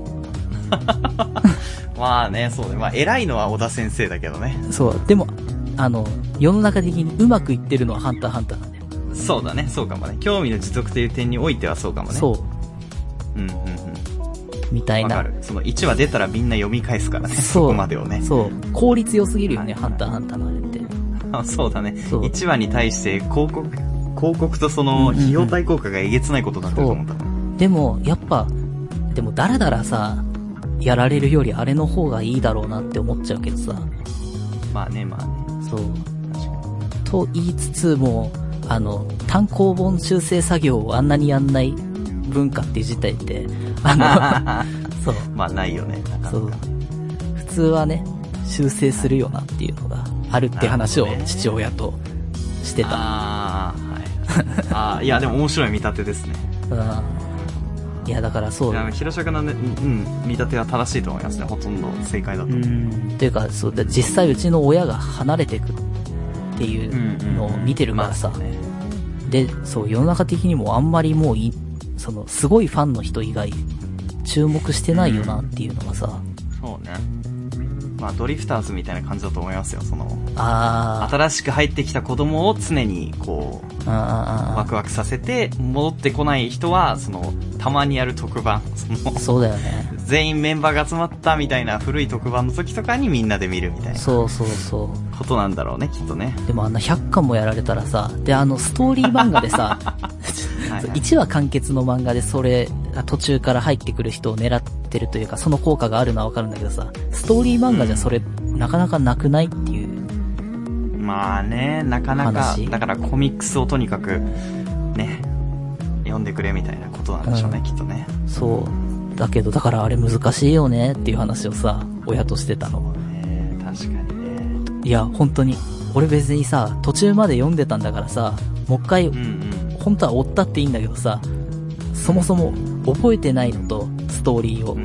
まあね、そうね。まあ偉いのは小田先生だけどね。 そう。でも、あの、世の中的にうまくいってるのはハンターハンターなんだよ。 そうだね、そうかもね。興味の持続という点においてはそうかもね。 そう。 うんうんうん。 みたいな。 わかる。そのいちわ出たらみんな読み返すからね。そこまでをね。 そう。効率良すぎるよね、はい、ハンターハンターのあれって。 あ、そうだね。いちわに対して広告、広告とその費用対効果がえげつないことになってると思った、うんうん、でも、やっぱ、でもだらだらさ、やられるよりあれの方がいいだろうなって思っちゃうけどさ。 まあね、まあね。 そう。と言いつつも、あの、単行本修正作業をあんなにやんない文化っていう事態って、あの、そう。 まあないよね。なかなかそう。普通はね、修正するよなっていうのがあるって話を父親としてた。 ああ、はい。ああ、いやでも面白い見立てですね。 うん。いやだからそう。いや広島のね、うん、見立ては正しいと思いますね。ほとんど正解だと。 うん。というか、そう、実際うちの親が離れていくっていうのを見てるからさ。うんうんまあね、で、そう、世の中的にもあんまりもうい、その、すごいファンの人以外、注目してないよなっていうのがさ。 うん、そうね。まあ、ドリフターズみたいな感じだと思いますよ、その。 ああ。新しく入ってきた子供を常に、こう、 あワクワクさせて、戻ってこない人は、その、たまにやる特番、その、 そうだよね。 全員メンバーが集まったみたいな古い特番の時とかにみんなで見るみたいな。 そうそうそう。 ことなんだろうね、きっとね。 でもあんなひゃっかんもやられたらさ、で、あの、ストーリー漫画でさ、はいはい、いちわ完結の漫画でそれ、途中から入ってくる人を狙ってるというか、その効果があるのはわかるんだけどさ、ストーリー漫画じゃそれ、うん、なかなかなくないっていう。 まあね、なかなか、だからコミックスをとにかく、ね、読んでくれみたいなことなんでしょうね、うん、きっとね。 そう。だけど、だからあれ難しいよねっていう話をさ、親としてたの。 ね、確かにね。 いや、本当に。俺別にさ、途中まで読んでたんだからさ、もう一回、うんうん、本当は追ったっていいんだけどさ、そもそも覚えてないのと、ストーリーを。うん、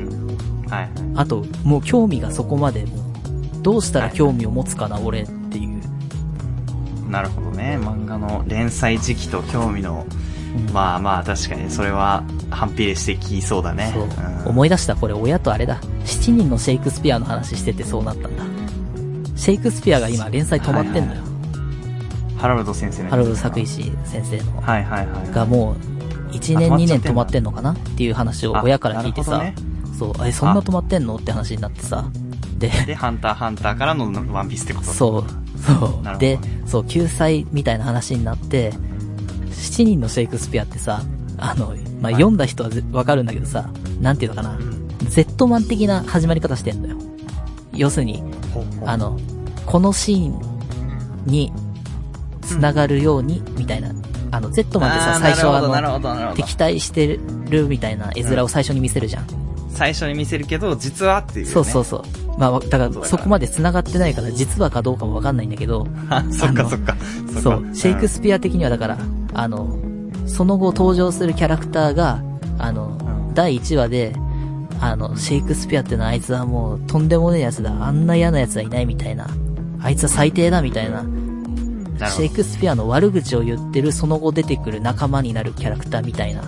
はい。あと、もう興味がそこまで、どうしたら興味を持つかな、はい、俺っていう。 なるほどね。漫画の連載時期と興味の、うん、まあまあ確かにそれは反比例してきそうだね。 そう、うん。思い出した。これ親とあれだ。しちにんのシェイクスピアの話しててそうなったんだ。シェイクスピアが今連載止まってんのよ。はいはい、 ハロルド先生の。 ハロルド作石先生の。 はいはいはい。 がもう、いちねんにねん止まってんのかなっていう話を親から聞いてさ。ね、そう、え、そんな止まってんのって話になってさ。で、 で、ハンターハンターからのワンピースってことそう、そう。で、そう、救済みたいな話になって、しちにんのシェイクスピアってさ、あの、まあ、読んだ人はわかるんだけどさ、なんていうのかな、Z マン的な始まり方してんのよ。要するに、あの、このシーンに繋がるように、みたいな。あの、Z マンってさ、最初はあの、敵対してるみたいな絵面を最初に見せるじゃん。 最初に見せるけど、実はっていう、ね。 そうそうそう。まあ、だから、そこまで繋がってないから、実はかどうかもわかんないんだけど。 そっかそっか。 そう。シェイクスピア的にはだから、あの、その後登場するキャラクターが、あの、うん、だいいちわで、あの、シェイクスピアってのはあいつはもうとんでもねえやつだ。あんな嫌なやつはいないみたいな。あいつは最低だみたいな。シェイクスピアの悪口を言ってるその後出てくる仲間になるキャラクターみたいな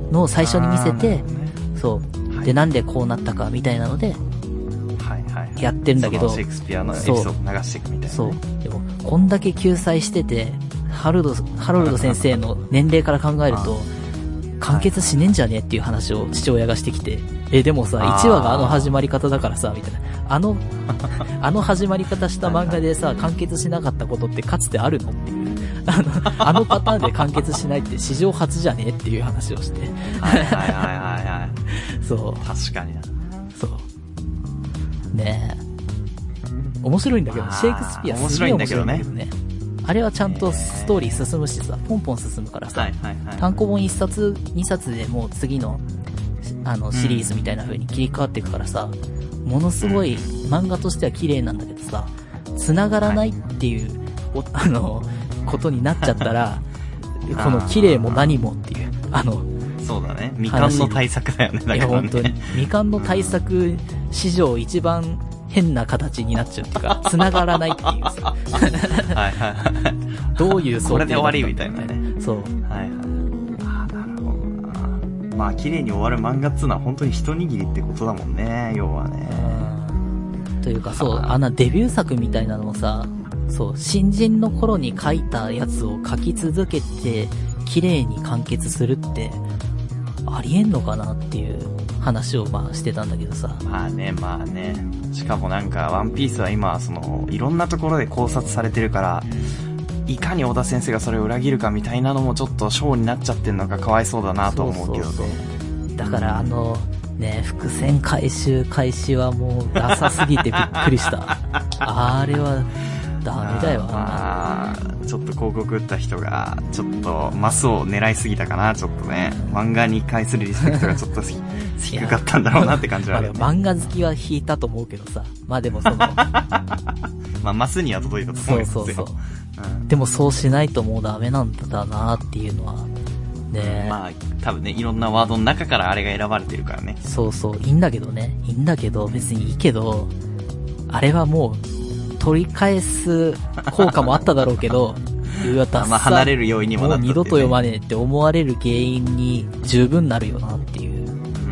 のを最初に見せて、 ね、 そう、はい、でなんでこうなったかみたいなのでやってるんだけど、 シェイクスピアのエピソードを流していくみたいな、ね、 そうでもこんだけ救済しててハロルドハロルド先生の年齢から考えると完結しねえんじゃねえっていう話を父親がしてきて、えでもさいちわがあの始まり方だからさみたいな、あのあの始まり方した漫画でさ完結しなかったことってかつてあるのっていう、あのあのパターンで完結しないって史上初じゃねえっていう話をして、 はいはいはいはいはいそう確かにな、 そうねえ面白いんだけど、シェイクスピアすげえ面白いんだけどね。あれはちゃんとストーリー進むしさ、ポンポン進むからさ、はいはいはい、単行本いっさつにさつでもう次のあのシリーズみたいな風に切り替わっていくからさ、ものすごい漫画としては綺麗なんだけどさ、繋がらないっていう、はい、あのことになっちゃったらこの綺麗も何もっていう、あのそうだね、未完の対策だよね。だからね、いや本当に未完の対策史上一番変な形になっちゃうっていうか、繋がらないっていうさはいはいはい、どういう想定だったんだこれで終わりみたいなね。 そうはいはい。ああなるほどな。まあ綺麗に終わる漫画っつうのは本当に一握りってことだもんね、要はね。 というかそう、あんなデビュー作みたいなのをさ、そう新人の頃に書いたやつを書き続けて綺麗に完結するってありえんのかなっていう話をまあしてたんだけどさ。 まあねまあね。しかもなんかワンピースは今そのいろんなところで考察されてるから、いかに小田先生がそれを裏切るかみたいなのもちょっとショーになっちゃってるのがかわいそうだなと思うけどね。そうそうそう、だからあのね伏線回収開始はもうダサすぎてびっくりした。あれはダメだよ。 まあちょっと広告打った人がちょっとマスを狙いすぎたかな、ちょっとね。漫画に対するリスペクトがちょっと低かったんだろうなって感じはあるよね。 漫画好きは引いたと思うけどさ、まあでもそのまあマスには届いたと思うんですよ。 そうそうそう、うん、でもそうしないともうダメなんだなっていうのはね。 まあ多分ね、いろんなワードの中からあれが選ばれてるからね。 そうそう、いいんだけどね、いいんだけど別にいいけど、あれはもう取り返す効果もあっただろうけどうわダッサ、 まあ離れる要因にもなったって、ね、 もう二度と読まねえって思われる原因に十分なるよなっていう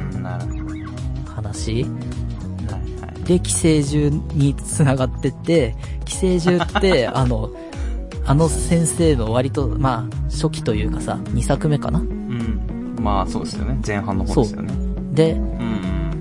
話、うん、はいはい、で寄生獣に繋がってって、寄生獣ってあのあの先生の割とまあ初期というかさにさくめかな、うん、 まあそうですよね、前半の方ですよね。 で、うん、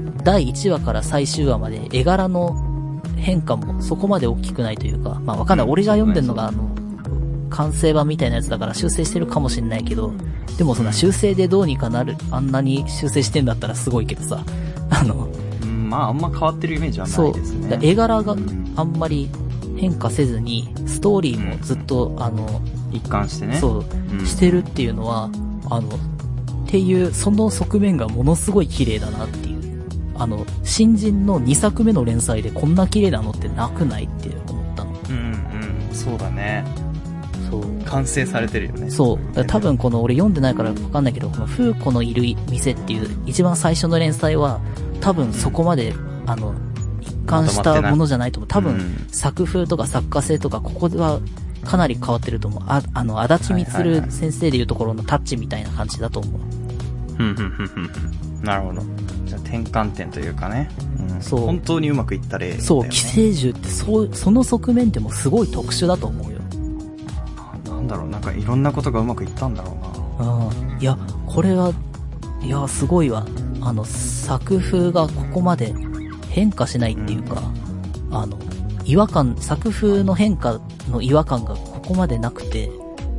だいいちわから最終話まで絵柄の変化もそこまで大きくないというか、まあわかんない、うん、俺が読んでるのがあの完成版みたいなやつだから修正してるかもしれないけど、でもそんな修正でどうにかなる、あんなに修正してんだったらすごいけどさ、あの、 うん、まああんま変わってるイメージはないですね。 そう、絵柄があんまり変化せずにストーリーもずっと、うん、あの一貫してね、 そう、うん、してるっていうのはあのっていうその側面がものすごい綺麗だなっていう。あの新人のにさくめの連載でこんな綺麗なのってなくないって思ったの。 うんうん、そうだね。そう完成されてるよね。 そうだ多分この俺読んでないから分かんないけど、このフーコのいる店っていう一番最初の連載は多分そこまで、うん、あの一貫したものじゃないと思う。多分、うん、作風とか作家性とかここではかなり変わってると思う。ああの足立満先生でいうところのタッチみたいな感じだと思う。 ふんふんふんふん。なるほど。じゃあ転換点というかね、うん、そう本当にうまくいった例、ね、 そう寄生獣ってそうその側面でもすごい特殊だと思うよ。 なんだろう、なんかいろんなことがうまくいったんだろうな。 あいやこれはいやすごいわ。あの作風がここまで変化しないっていうか、うん、あの違和感、作風の変化の違和感がここまでなくて、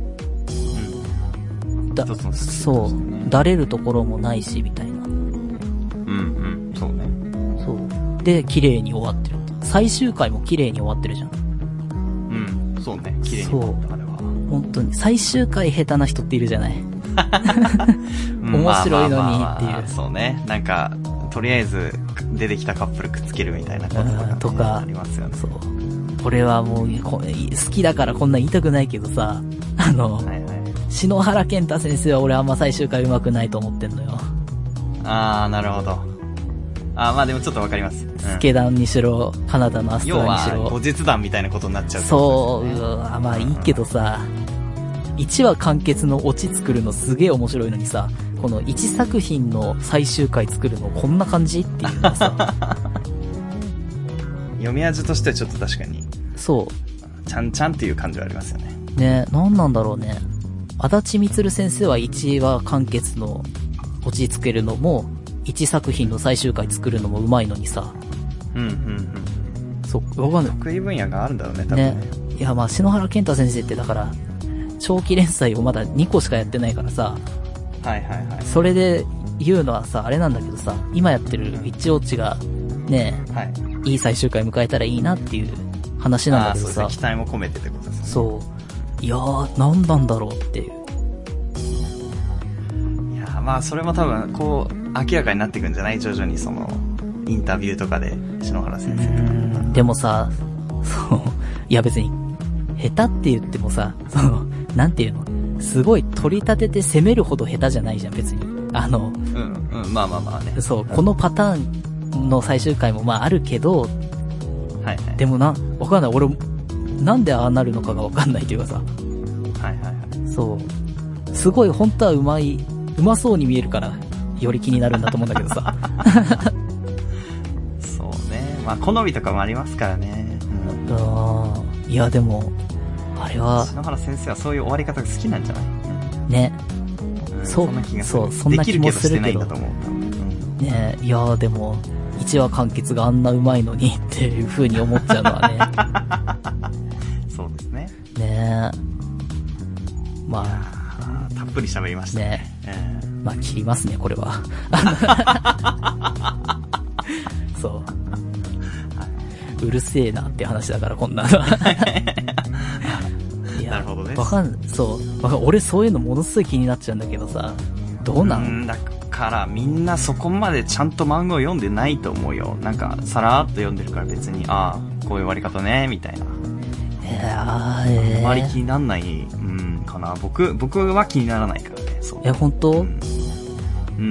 うん、だそうだれるところもないしみたいな。 うんうん、そうね。 そうで綺麗に終わってる。最終回も綺麗に終わってるじゃん。 うん、そうね、綺麗に終わった。あれは本当に最終回下手な人っているじゃない。面白いのにっていう。 そうね、なんかとりあえず出てきたカップルくっつけるみたいなこととか、ね、 とかありますよね。そう。 俺はもう好きだからこんな言いたくないけどさ、あの、はいはい、篠原健太先生は俺あんま最終回上手くないと思ってんのよ。 あー、なるほど。あー、まあでもちょっとわかります。 スケダンにしろ、カナダのアストラにしろ。 要は後日談みたいなことになっちゃう、ね。 そう、うまあいいけどさ、いちわ完結のオチ作るのすげえ面白いのにさ、 このいちさく品の最終回作るのこんな感じっていうのさ読み味としてはちょっと確かにそうちゃんちゃんっていう感じはありますよね。 ね、なんなんだろうね。足立満先生はいちわ完結のオチつけるのもいちさく品の最終回作るのもうまいのにさ。 うんうんうん。 そう、わかんない。 得意分野があるんだろうね、多分ね。 ね。いや、まあ、篠原健太先生ってだから、長期連載をまだにこしかやってないからさ。 はいはいはい。 それで言うのはさ、あれなんだけどさ、今やってるウィッチウォッチが、ね、 はい、 いい最終回迎えたらいいなっていう話なんだけどさ。 そうですね、期待も込めてってことですね。 そう。いやー、なんなんだろうっていう。 いやー、まあ、それも多分、こう、明らかになっていくんじゃない？徐々にその、インタビューとかで、篠原先生とか。 でもさ、そう、いや別に、下手って言ってもさ、その、なんていうの？すごい取り立てて攻めるほど下手じゃないじゃん、別に。あの、 うんうん、まあまあまあね。 そう、このパターンの最終回もまああるけど、 はいはい。 でもな、わかんない。俺、なんでああなるのかがわかんないというかさ。 はいはいはい。 そう。すごい本当はうまい、うまそうに見えるから、より気になるんだと思うんだけどさ。 そうね。まあ好みとかもありますからね。 うん。あいやでも、あれは。 篠原先生はそういう終わり方が好きなんじゃない？ ね。 うん、 そう、 そんな気がする。 そう、そんな気もするけど。 できるけどしてないんだと思う。うん、 ねえ、いやでも、いちわ完結があんなうまいのにっていう風に思っちゃうのはね。 そうですね。 ねえ。まあ。 たっぷり喋りましたね。 ねえー、 まあ切りますね、これは。そう。うるせえなって話だから、こんなの。いや、 なるほどね。 わかん、そう。わかん、俺そういうのものすごい気になっちゃうんだけどさ、どうなん？ うんだからみんなそこまでちゃんと漫画を読んでないと思うよ。なんか、さらーっと読んでるから別に、ああ、こういう終わり方ね、みたいな。 いやー、えー、 あまり気になんない、うん、かな。僕、僕は気にならないからね。そう。 え、本当？うん。 うん、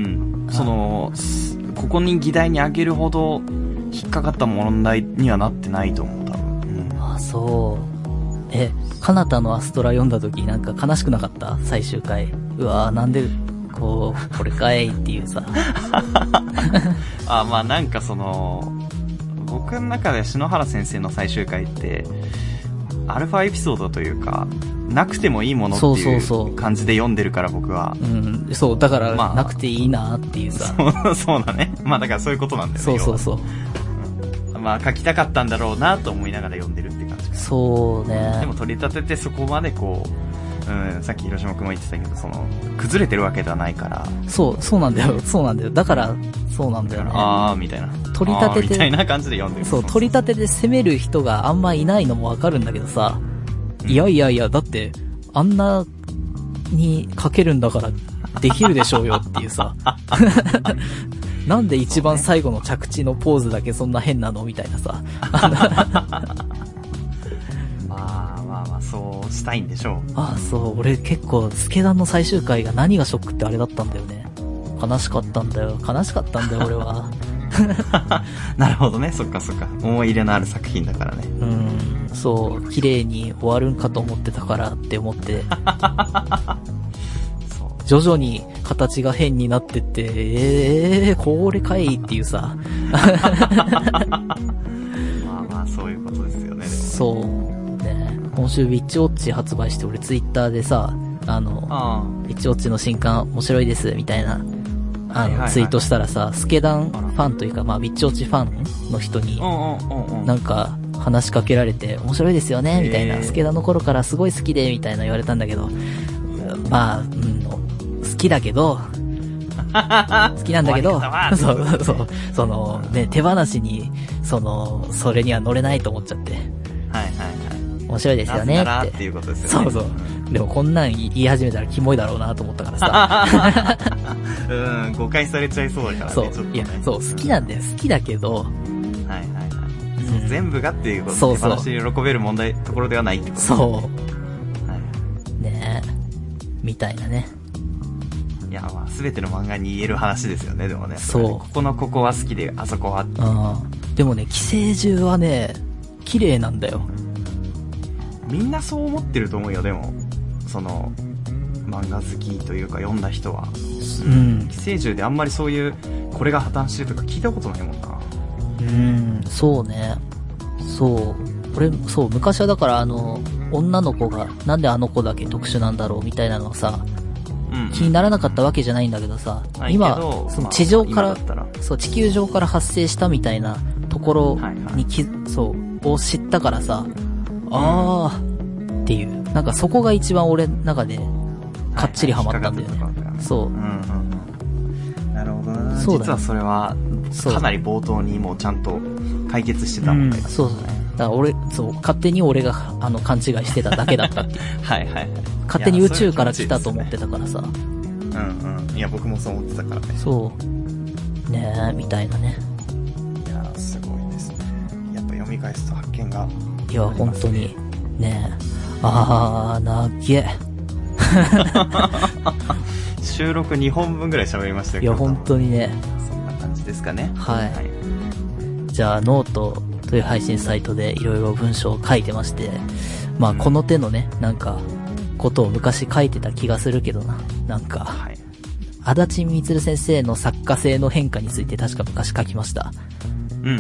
その、ここに議題にあげるほど、引っかかった問題にはなってないと思う、多分。うん、 あ、そう。え、カナタのアストラ読んだ時なんか悲しくなかった？最終回。うわぁ、なんで、こう、これかいっていうさ。 あ、まあなんかその、僕の中で篠原先生の最終回って、アルファエピソードというか、なくてもいいものっていう感じで読んでるから僕は。 うん、そう、だから、まあ、なくていいなっていうさ。 そう、そうだね。まあだからそういうことなんだよね。 そうそうそう。 まあ書きたかったんだろうなと思いながら読んでるって感じ。 そうね。 でも取り立ててそこまでこう、うん、さっき広島くんも言ってたけど、その、崩れてるわけではないから。 そう、そうなんだよ。そうなんだよ。だから、そうなんだよね。 あー、みたいな。 取り立てて。 みたいな感じで読んでる。 そう、取り立てて攻める人があんまいないのもわかるんだけどさ。うん、いやいやいや、だって、あんなに書けるんだから、できるでしょうよっていうさ。なんで一番最後の着地のポーズだけそんな変なのみたいなさ。 まあまあまあ、そうしたいんでしょう。 ああ、そう。俺結構、スケダンの最終回が何がショックってあれだったんだよね。悲しかったんだよ。悲しかったんだよ、俺は。 なるほどね。そっかそっか。思い入れのある作品だからね。 うん。そう。綺麗に終わるんかと思ってたからって思って。徐々に形が変になってって、えー、これかいっていうさ。 まあまあ、そういうことですよね。 そう。ね。今週ウィッチウォッチ発売して、俺ツイッターでさ、あの、あウィッチウォッチの新刊面白いです、みたいな、あの、はいはいはい、ツイートしたらさ、スケダンファンというか、まあ、ウィッチウォッチファンの人に、なんか、話しかけられて、面白いですよね、みたいな、スケダンの頃からすごい好きで、みたいな言われたんだけど、まあ、うん、好きだけど、好きなんだけど、そう、そう、その、ね、手放しに、その、それには乗れないと思っちゃって。はいはいはい。 面白いですよねって。 っていうことですよね。 そうそう。でもこんなん言い始めたらキモいだろうなと思ったからさ。 うん、誤解されちゃいそうだからね。 そう、 ちょっとね、 いや、そう、好きなんだよ。好きだけど、はいはいはい。うん、全部がっていうことで、 そうそう。 手放しで喜べる問題、ところではないってことそう。はい。ねえ。みたいなね。 いや、まあ、すべての漫画に言える話ですよね、でもね。 そう。 ここのここは好きで、あそこは。 ああ。でもね、寄生獣はね、綺麗なんだよ。 みんなそう思ってると思うよ、でも。その、 漫画好きというか読んだ人は、 うん。 寄生獣であんまりそういう、これが破綻してるとか聞いたことないもんな。 うん、そうね。そう。俺、そう、昔はだからあの、女の子が、なんであの子だけ特殊なんだろうみたいなのをさ、うん、気にならなかったわけじゃないんだけどさ、今、その地上から、まあ、そう、地球上から発生したみたいなところにき、はいはい、そう、を知ったからさ、あーっていう、なんかそこが一番俺の中で、かっちりハマったんだよね。はいはい、そう。うんうん、なるほどな。そうだね、実はそれは、かなり冒頭にもうちゃんと解決してた問題だ、 うん、そうそうね。だから俺、そう、勝手に俺が、あの、勘違いしてただけだったっていう。 はいはいはい。 勝手に宇宙から来たと思ってたからさ。 ね、うんうん。いや、僕もそう思ってたからね。 そう。ねえ、みたいなね。 いや、すごいですね。やっぱ読み返すと発見が、ね。 いや、本当に。ねえ。あー、なげえ。 収録にほんぶんぐらい喋りましたけど。 いや、本当にね。 そんな感じですかね。 はい。はい、じゃあ、ノートという配信サイトでいろいろ文章を書いてまして、まあ、この手のね、なんか、ことを昔書いてた気がするけどな。なんか、はい、足立光先生の作家性の変化について確か昔書きました。 うんうん。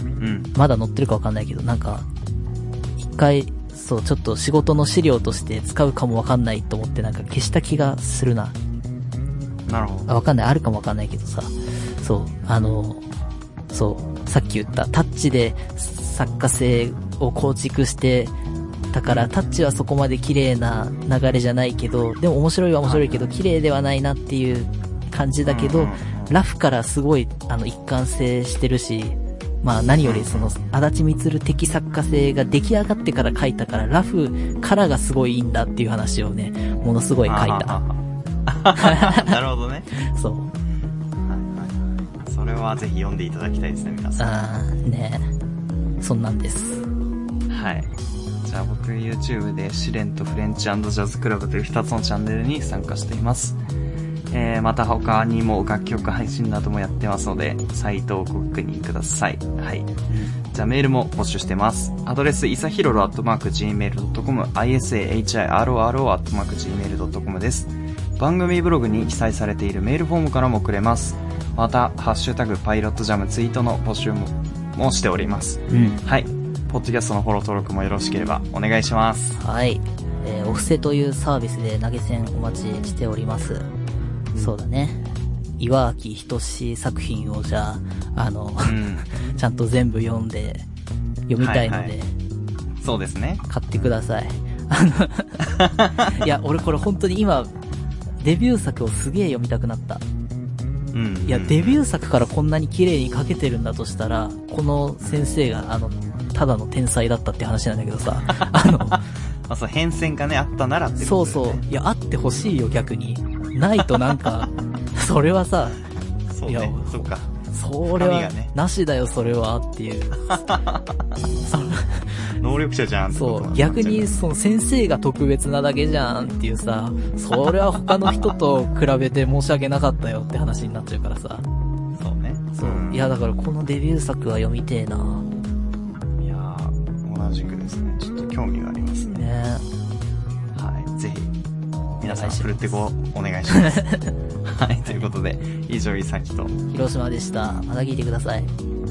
まだ載ってるかわかんないけど、なんか、一回、そう、ちょっと仕事の資料として使うかもわかんないと思ってなんか消した気がするな。 なるほど。 あ、わかんない。あるかもわかんないけどさ。そう、あの、そう、さっき言ったタッチで作家性を構築して、だからタッチはそこまで綺麗な流れじゃないけど、でも面白いは面白いけど綺麗ではないなっていう感じだけど、ラフからすごいあの一貫性してるし、まあ何よりその足立光的作家性が出来上がってから書いたからラフからがすごいいいんだっていう話をね、ものすごい書いた。 なるほどね。 そう。 はいはい。それはぜひ読んでいただきたいですね、皆さん。 あーね、そんなんです。 はい。じゃあ僕 YouTube で試練とフレンチ&ジャズクラブというふたつのチャンネルに参加しています。えー、また他にも楽曲配信などもやってますので、サイトをご確認ください。はい。じゃあメールも募集してます。アドレス、いさひろろアットマークジーメールドットコム、アイエスエーエイチアイアールオーアールオー アットマークジーメールドットコム です。番組ブログに記載されているメールフォームからも送れます。また、ハッシュタグパイロットジャムツイートの募集も、もしております。 うん。 はい。ポッドキャストのフォロー登録もよろしければお願いします。 はい。えー、お布施というサービスで投げ銭お待ちしております。うん、そうだね。岩脇仁作品をじゃあ、あの、うん、ちゃんと全部読んで、読みたいので、はいはい、 そうですね。 買ってください。あの、いや、俺これ本当に今、デビュー作をすげえ読みたくなった。 うん、うん。 いや、デビュー作からこんなに綺麗に書けてるんだとしたら、この先生が、あの、ただの天才だったって話なんだけどさ、あの、 まあそう、変遷がね、あったならってことだよね。そうそう。いや、あってほしいよ、逆に。ないとなんか、それはさ、 そうね、いや、そっか。 それは、ね、なしだよ、それは、っていう。 能力者じゃんってことそう、逆に、その先生が特別なだけじゃんっていうさ、それは他の人と比べて申し訳なかったよって話になっちゃうからさ。 そうね。 そう。うん、いや、だからこのデビュー作は読みてえな。 いやー、同じくですね。ちょっと興味がありますね。 ね。 はい。ぜひ、皆さん、ふるってこお願いします。はい。ということで、以上、いさきと。 広島でした。また聞いてください。